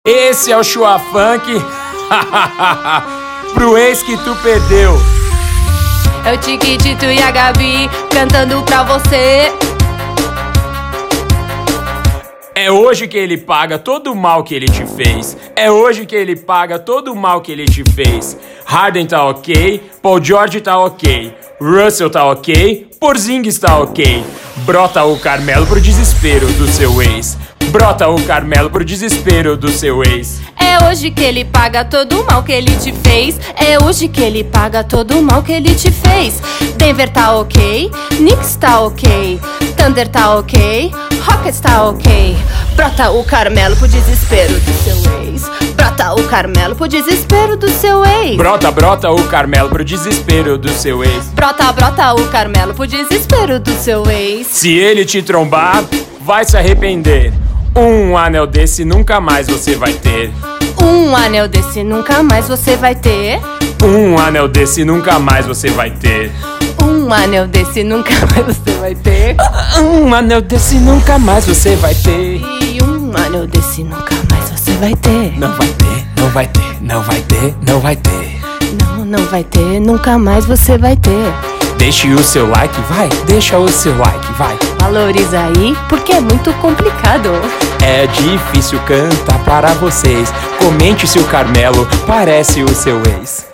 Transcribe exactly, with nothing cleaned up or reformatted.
Esse é o Chua Funk pro ex que tu perdeu. É o Tiquitito e a Gabi cantando pra você. É hoje que ele paga todo o mal que ele te fez. É hoje que ele paga todo o mal que ele te fez. Harden tá ok, Paul George tá ok, Russell tá ok, Porzingis tá ok. Brota o Carmelo pro desespero do seu ex. Brota o Carmelo pro desespero do seu ex. É hoje que ele paga todo o mal que ele te fez. É hoje que ele paga todo o mal que ele te fez. Denver tá ok, Knicks tá ok, Thunder tá ok, Rockets tá ok. Brota o Carmelo pro desespero do seu ex. Brota o Carmelo pro desespero do seu ex. Brota, brota o Carmelo pro desespero do seu ex. Brota, brota o Carmelo pro desespero do seu ex. Se ele te trombar, vai se arrepender. Um anel desse nunca mais você vai ter. Um anel desse nunca mais você vai ter. Um anel desse nunca mais você vai ter. Um anel desse nunca mais você vai ter. Um anel desse nunca mais você vai ter. E um anel desse nunca mais você vai ter. Não vai ter, não vai ter, não vai ter, não vai ter. Não, não vai ter, nunca mais você vai ter. Deixe o seu like, vai, deixa o seu like, vai. Valoriza aí, porque é muito complicado. É difícil cantar para vocês. Comente se o Carmelo parece o seu ex.